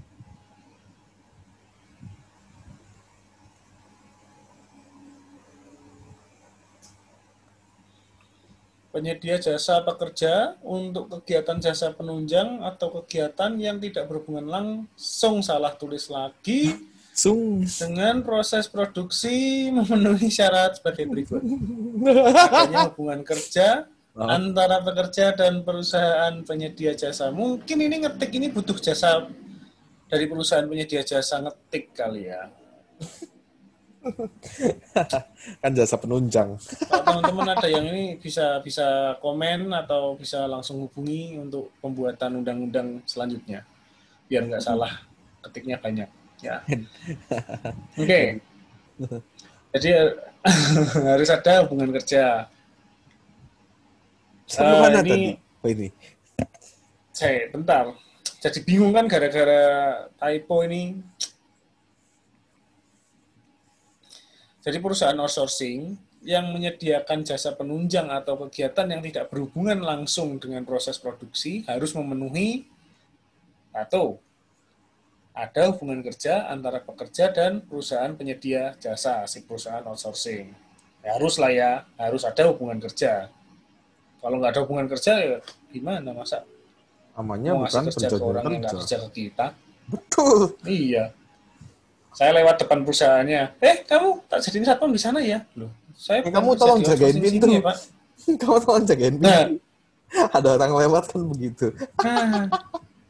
Penyedia jasa pekerja untuk kegiatan jasa penunjang atau kegiatan yang tidak berhubungan langsung, salah tulis lagi, Sung. dengan proses produksi memenuhi syarat sebagai berikut. Adanya hubungan kerja Oh, antara pekerja dan perusahaan penyedia jasa. Mungkin ini ngetik ini butuh jasa dari perusahaan penyedia jasa ngetik kali ya. kan jasa penunjang. Kalau teman-teman ada yang ini bisa bisa komen atau bisa langsung hubungi untuk pembuatan undang-undang selanjutnya. Biar nggak salah ketiknya banyak. Ya. Oke. Okay. Jadi harus ada hubungan kerja. Sampai Uh, mana tadi? ini Oh ini. saya bentar. Jadi bingung kan gara-gara typo ini. Jadi perusahaan outsourcing yang menyediakan jasa penunjang atau kegiatan yang tidak berhubungan langsung dengan proses produksi harus memenuhi atau ada hubungan kerja antara pekerja dan perusahaan penyedia jasa, si perusahaan outsourcing. Ya, harus lah ya, harus ada hubungan kerja. Kalau nggak ada hubungan kerja, ya gimana masa Namanya mau ngasih bukan kerja ke perjanjian orang yang nggak kerja. kerja ke kita? Betul. Iya. Saya lewat depan perusahaannya, eh kamu tak jadiin satpam di sana ya? Loh, saya Eh, bukan kamu kerja tolong di jagain outsourcing sini ya pintu. Pak. kamu tolong jagain Nah, pintu. Ada orang lewat kan begitu. nah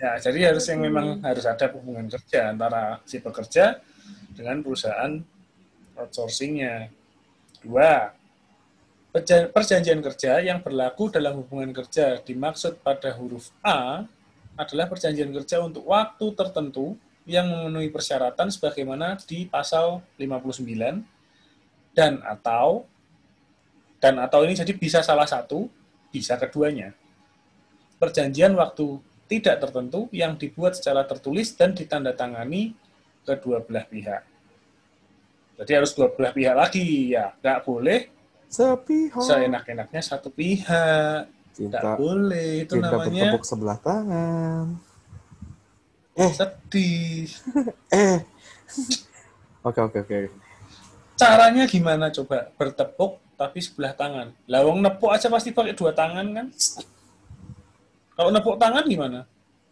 Ya, jadi harus yang memang harus ada hubungan kerja antara si pekerja dengan perusahaan outsourcing-nya. Dua, perjanjian kerja yang berlaku dalam hubungan kerja dimaksud pada huruf A adalah perjanjian kerja untuk waktu tertentu yang memenuhi persyaratan sebagaimana di pasal lima puluh sembilan dan atau dan atau ini jadi bisa salah satu, bisa keduanya. Perjanjian waktu tidak tertentu yang dibuat secara tertulis dan ditandatangani kedua belah pihak. Jadi harus dua belah pihak lagi ya, nggak boleh Sepihak. seenak-enaknya satu pihak. Nggak Cinta, boleh, itu cinta namanya bertepuk sebelah tangan. Eh, sedih. eh. Oke, oke, oke. Caranya gimana coba bertepuk tapi sebelah tangan? Lawang nepuk aja pasti pakai dua tangan kan? Kalau nepuk tangan gimana?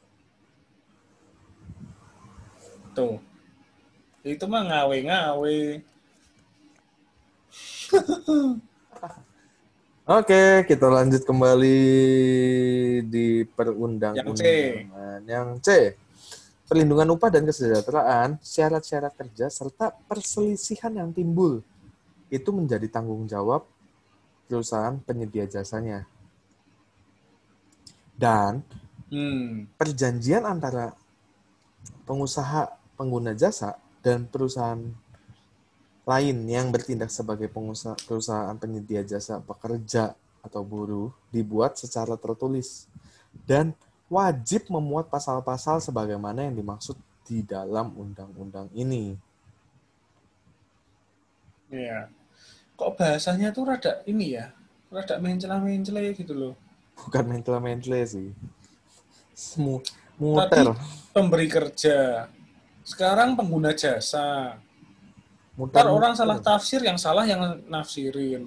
Tuh, itu mah ngawe-ngawe. Oke, kita lanjut kembali di Yang C. perundang-undangan yang C. Perlindungan upah dan kesejahteraan, syarat-syarat kerja, serta perselisihan yang timbul. Itu menjadi tanggung jawab perusahaan penyedia jasanya. Dan Hmm. perjanjian antara pengusaha pengguna jasa dan perusahaan lain yang bertindak sebagai pengusaha, perusahaan penyedia jasa pekerja atau buruh dibuat secara tertulis dan wajib memuat pasal-pasal sebagaimana yang dimaksud di dalam undang-undang ini. Iya. Kok bahasanya tuh rada ini ya, rada mencela-mencela gitu loh. Bukan mental-mental sih. Semu- Tadi muter. pemberi kerja, sekarang pengguna jasa. Ntar orang salah Muter-muter. tafsir, yang salah yang nafsirin.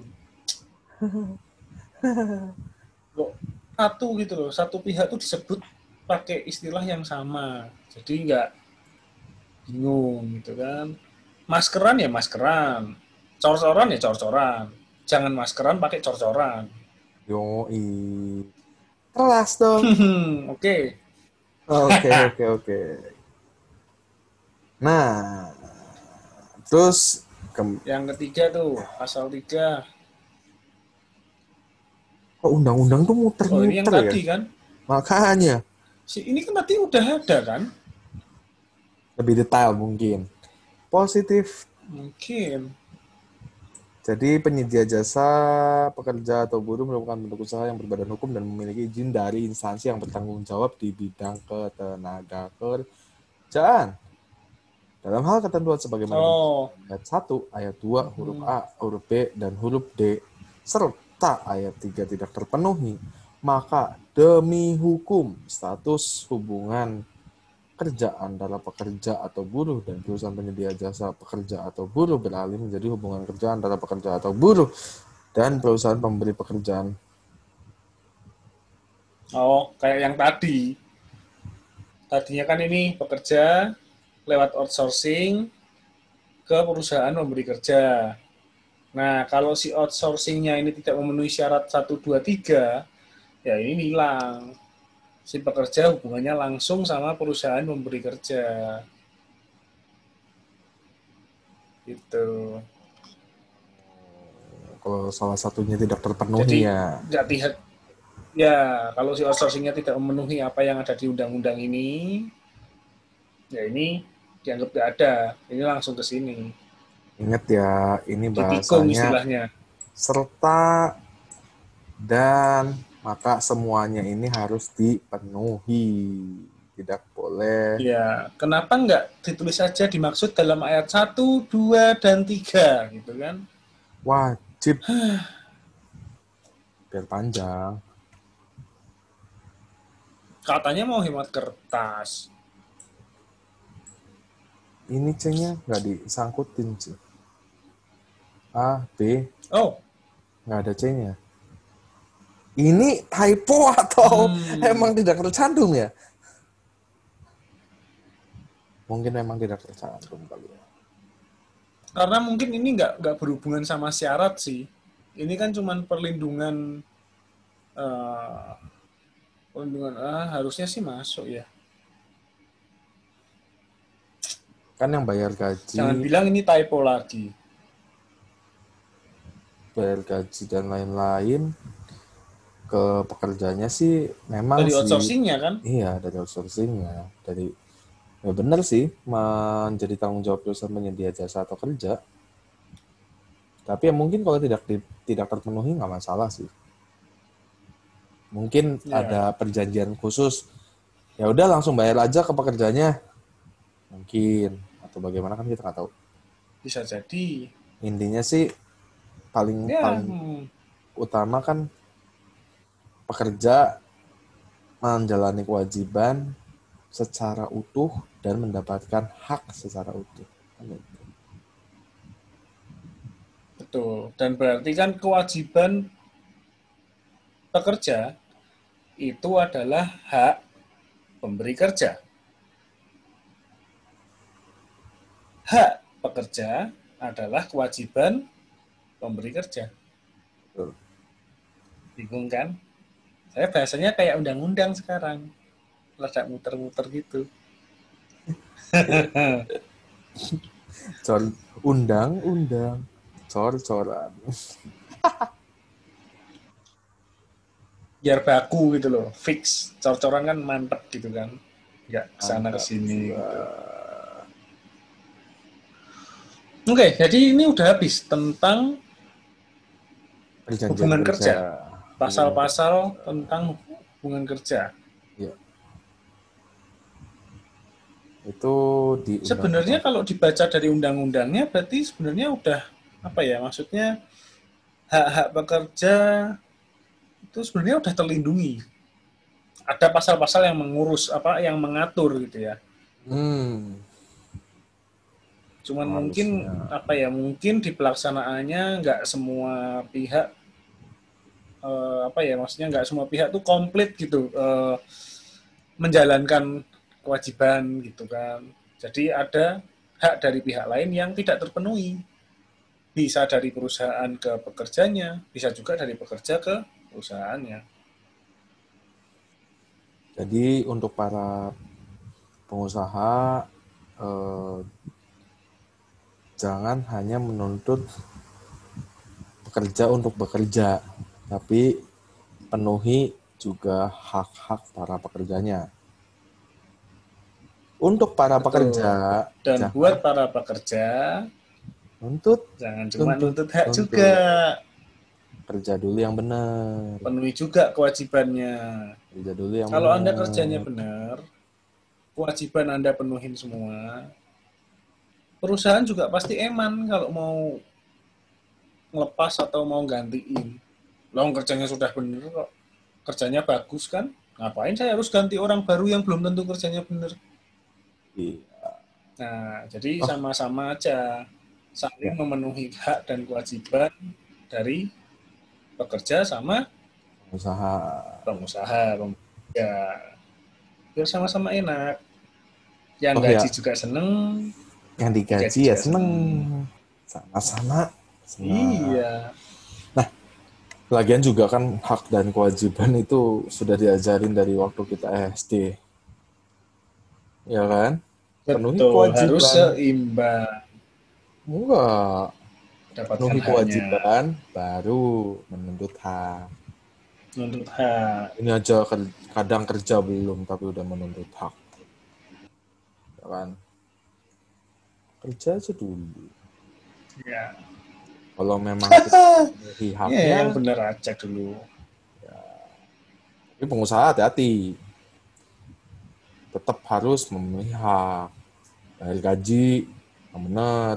Kok satu gitu loh, satu pihak tuh disebut pakai istilah yang sama. Jadi nggak bingung gitu kan. Maskeran ya maskeran, cor-coran ya cor-coran. Jangan maskeran pakai cor-coran. Yoi. Kelas dong. Oke. Oke, oke, oke. Nah, terus ke- Yang ketiga tuh, pasal tiga. kok undang-undang tuh Oh, ini yang muter-muter ya? tadi kan. Makanya Si ini kan tadi udah ada kan? lebih detail mungkin. Positif. Mungkin. Jadi penyedia jasa, pekerja atau buruh merupakan bentuk usaha yang berbadan hukum dan memiliki izin dari instansi yang bertanggung jawab di bidang ketenaga kerjaan. Dalam hal ketentuan sebagaimana Oh. ayat satu, ayat dua, huruf Hmm. A, huruf B, dan huruf D, serta ayat tiga tidak terpenuhi, maka demi hukum status hubungan kerja antara pekerja atau buruh dan perusahaan penyedia jasa pekerja atau buruh beralih menjadi hubungan kerja antara pekerja atau buruh dan perusahaan pemberi pekerjaan. Oh, kayak yang tadi. Tadinya kan ini pekerja lewat outsourcing ke perusahaan memberi kerja. Nah, kalau si outsourcingnya ini tidak memenuhi syarat satu, dua, tiga, ya ini hilang. Si pekerja hubungannya langsung sama perusahaan memberi kerja. Gitu. Kalau salah satunya tidak Jadi terpenuhi ya. nggak lihat, ya kalau si outsourcingnya tidak memenuhi apa yang ada di undang-undang ini, ya ini dianggap tidak ada. Ini langsung ke sini. Ingat ya, ini Ditikung bahasanya istilahnya. serta dan maka semuanya ini harus dipenuhi. Tidak boleh. Ya, kenapa nggak ditulis saja dimaksud dalam ayat satu, dua, dan tiga gitu kan? Wajib. Biar panjang. Katanya mau hemat kertas. Ini C-nya nggak disangkutin sih. A, B, Oh, nggak ada C-nya. Ini typo atau hmm. emang tidak tercantum ya? Mungkin memang tidak tercantum kali ya. Karena mungkin ini nggak nggak berhubungan sama syarat sih. Ini kan cuma perlindungan, uh, perlindungan ah harusnya sih masuk ya. Kan yang bayar Jangan gaji, bilang ini typo lagi. bayar gaji dan lain-lain ke pekerjanya sih memang Dari sih, outsourcing-nya kan? iya dari outsourcing-nya, dari ya benar sih menjadi tanggung jawab perusahaan penyedia jasa atau kerja. Tapi ya mungkin kalau tidak di- tidak terpenuhi nggak masalah sih. Mungkin Ya, ada perjanjian khusus. Ya udah langsung bayar aja ke pekerjanya. Mungkin atau bagaimana kan kita nggak tahu. bisa jadi. Intinya sih paling Ya, paling hmm, utama kan pekerja menjalani kewajiban secara utuh dan mendapatkan hak secara utuh. Kan gitu. betul. Dan berarti kan kewajiban pekerja itu adalah hak pemberi kerja. Hak pekerja adalah kewajiban pemberi kerja. Betul. Bingung kan? Saya bahasanya kayak undang-undang sekarang. Ledak muter-muter gitu. Cor undang-undang cor-coran. Biar baku gitu loh, fix. Cor-coran kan mantep gitu kan. Nggak kesana Mantap kesini jiwa. gitu. Oke, jadi ini udah habis tentang Perjanjian hubungan kerja, kerja. hubungan kerja. Pasal-pasal tentang hubungan kerja. Ya, itu di Sebenarnya undang-undang. kalau dibaca dari undang-undangnya berarti sebenarnya udah apa ya, maksudnya hak-hak pekerja itu sebenarnya udah terlindungi. Ada pasal-pasal yang mengurus apa yang mengatur gitu ya. Hmm, Cuman mungkin harusnya. apa ya, mungkin di pelaksanaannya nggak semua pihak eh, apa ya, maksudnya nggak semua pihak tuh komplit gitu eh, menjalankan kewajiban gitu kan. Jadi ada hak dari pihak lain yang tidak terpenuhi. Bisa dari perusahaan ke pekerjanya, bisa juga dari pekerja ke perusahaannya. Jadi untuk para pengusaha eh, jangan hanya menuntut pekerja untuk bekerja, tapi penuhi juga hak-hak para pekerjanya. Untuk para pekerja, Betul. Dan jangan buat para pekerja, nuntut, jangan cuma tuntut, nuntut hak juga, tuntut. Kerja dulu yang benar. penuhi juga kewajibannya. Kerja dulu yang Kalau Anda kerjanya benar. benar, kewajiban Anda penuhin semua, perusahaan juga pasti eman kalau mau ngelepas atau mau gantiin. Loh, kerjanya sudah benar kok. Kerjanya bagus kan? Ngapain saya harus ganti orang baru yang belum tentu kerjanya benar? Iya. Nah, jadi Oh, sama-sama aja saling ya, memenuhi hak dan kewajiban dari pekerja sama usaha. pengusaha, ya biar sama-sama enak. Yang Oh gaji ya, juga seneng, yang digaji digaji ya juga seneng. seneng. Sama-sama senang. Iya, Nah, lagian juga kan hak dan kewajiban itu sudah diajarin dari waktu kita S D. Ya kan? Penuhi betul. Harus kewajiban. seimbang Enggak. dapatkan Penuhi haknya. kewajiban, baru menuntut hak. Untuk hak. Ini aja kadang kerja belum, tapi udah menuntut hak. Ya kan? Kerja aja dulu. Ya, Kalau memang tidak memenuhi ya yang haknya, benar aja dulu. tapi pengusaha hati-hati. Tetap harus memenuhi hak. Bayar gaji, yang benar.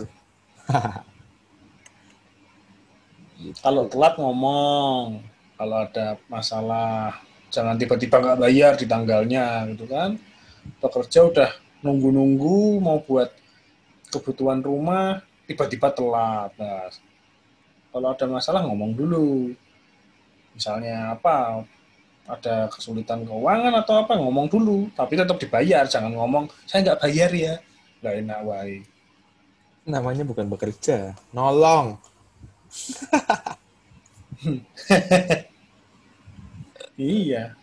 Kalau Gitu. telat ngomong, kalau ada masalah, jangan tiba-tiba nggak bayar di tanggalnya gitu kan. Pekerja udah nunggu-nunggu mau buat kebutuhan rumah, tiba-tiba telat. Nah, kalau ada masalah ngomong dulu. Misalnya apa, ada kesulitan keuangan atau apa, ngomong dulu. Tapi tetap dibayar, jangan ngomong, saya nggak bayar ya. Nggak enak, wae. Namanya bukan bekerja, nolong. Iya,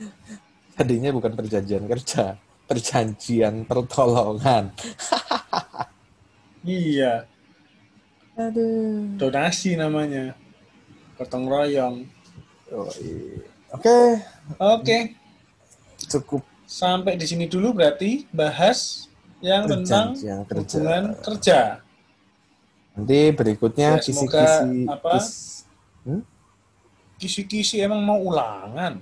Tadinya bukan perjanjian kerja, perjanjian pertolongan. Iya, Aduh. donasi namanya, gotong royong. Oh, iya. Oke, Oke, cukup sampai di sini dulu berarti bahas yang tentang perjanjian kerja. hubungan kerja. Nanti berikutnya Ya semoga kisi-kisi kis. apa Hmm? kisi-kisi emang mau ulangan.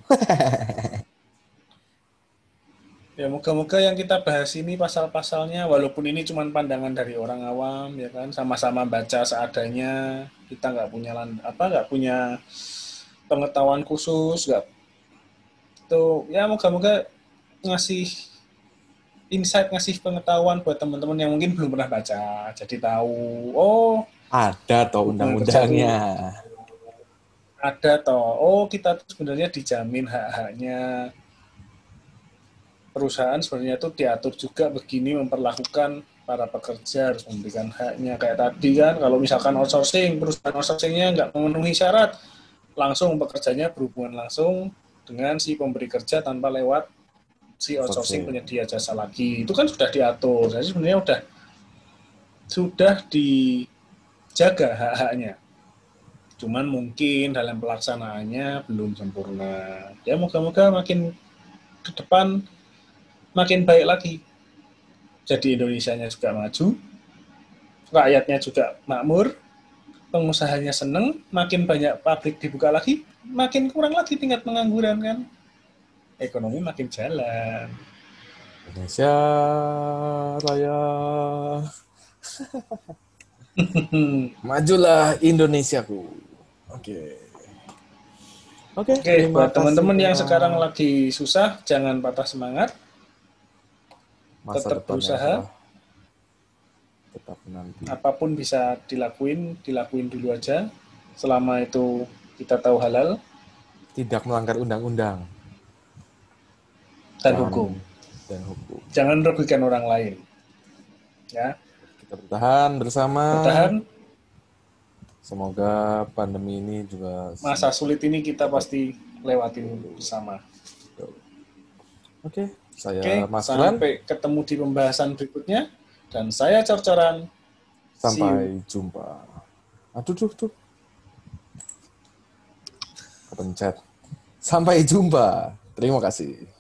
Ya moga-moga yang kita bahas ini pasal-pasalnya, walaupun ini cuma pandangan dari orang awam, ya kan, sama-sama baca seadanya, kita nggak punya apa nggak punya pengetahuan khusus, nggak tuh ya moga-moga ngasih insight, ngasih pengetahuan buat teman-teman yang mungkin belum pernah baca, jadi tahu oh Ada toh hubungan kerja undang-undangnya. tuh ada toh, oh kita tuh sebenarnya dijamin hak-haknya, perusahaan sebenarnya itu diatur juga begini memperlakukan para pekerja, harus memberikan haknya kayak tadi kan, kalau misalkan outsourcing, perusahaan outsourcingnya nggak memenuhi syarat, langsung pekerjanya berhubungan langsung dengan si pemberi kerja tanpa lewat si outsourcing penyedia jasa lagi, itu kan sudah diatur, jadi sebenarnya sudah sudah dijaga hak-haknya, cuman mungkin dalam pelaksanaannya belum sempurna. Ya moga-moga makin ke depan makin baik lagi. Jadi Indonesianya juga maju, rakyatnya juga makmur, pengusahanya seneng, makin banyak pabrik dibuka lagi, makin kurang lagi tingkat pengangguran kan. Ekonomi makin jalan. Indonesia Raya. Majulah Indonesiaku. Oke. Oke, Oke, terima buat kasih teman-teman yang sekarang banyak. lagi susah, jangan patah semangat, Masa tetap depan yang berusaha, cerah tetap nanti. apapun bisa dilakuin, dilakuin dulu aja, selama itu kita tahu halal Tidak melanggar undang-undang dan dan hukum. dan hukum. Jangan merugikan orang lain. Ya, Kita bertahan bersama. bertahan. Semoga pandemi ini juga Masa sulit ini kita dapat. pasti lewatin bersama. Oke, saya Oke, Mas Glenn. sampai ketemu di pembahasan berikutnya. Dan saya Cor-Coran. See you. Sampai jumpa. Aduh, tuh, tuh. Kepencet. Sampai jumpa. Terima kasih.